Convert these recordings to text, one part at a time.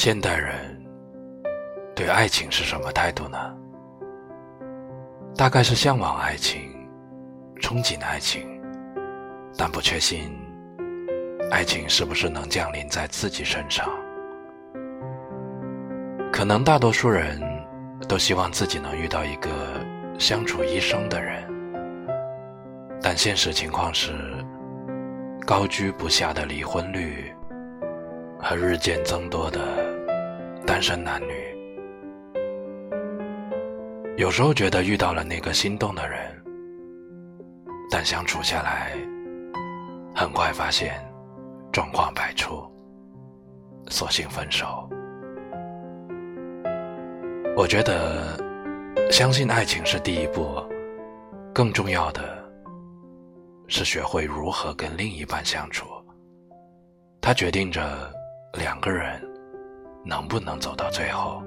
现代人对爱情是什么态度呢？大概是向往爱情，憧憬爱情，但不确信爱情是不是能降临在自己身上。可能大多数人都希望自己能遇到一个相处一生的人，但现实情况是，高居不下的离婚率和日渐增多的单身男女。有时候觉得遇到了那个心动的人，但相处下来，很快发现状况百出，索性分手。我觉得相信爱情是第一步，更重要的是学会如何跟另一半相处，它决定着两个人能不能走到最后。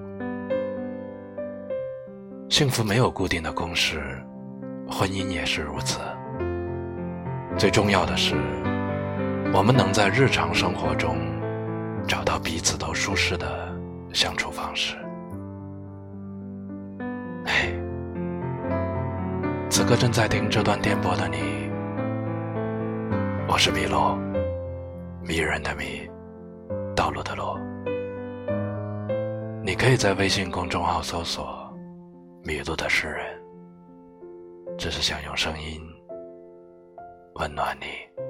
幸福没有固定的公式，婚姻也是如此。最重要的是，我们能在日常生活中找到彼此都舒适的相处方式。嘿，此刻正在听这段电波的你，我是米洛，迷人的迷，道路的路。你可以在微信公众号搜索迷路的诗人，只是想用声音温暖你。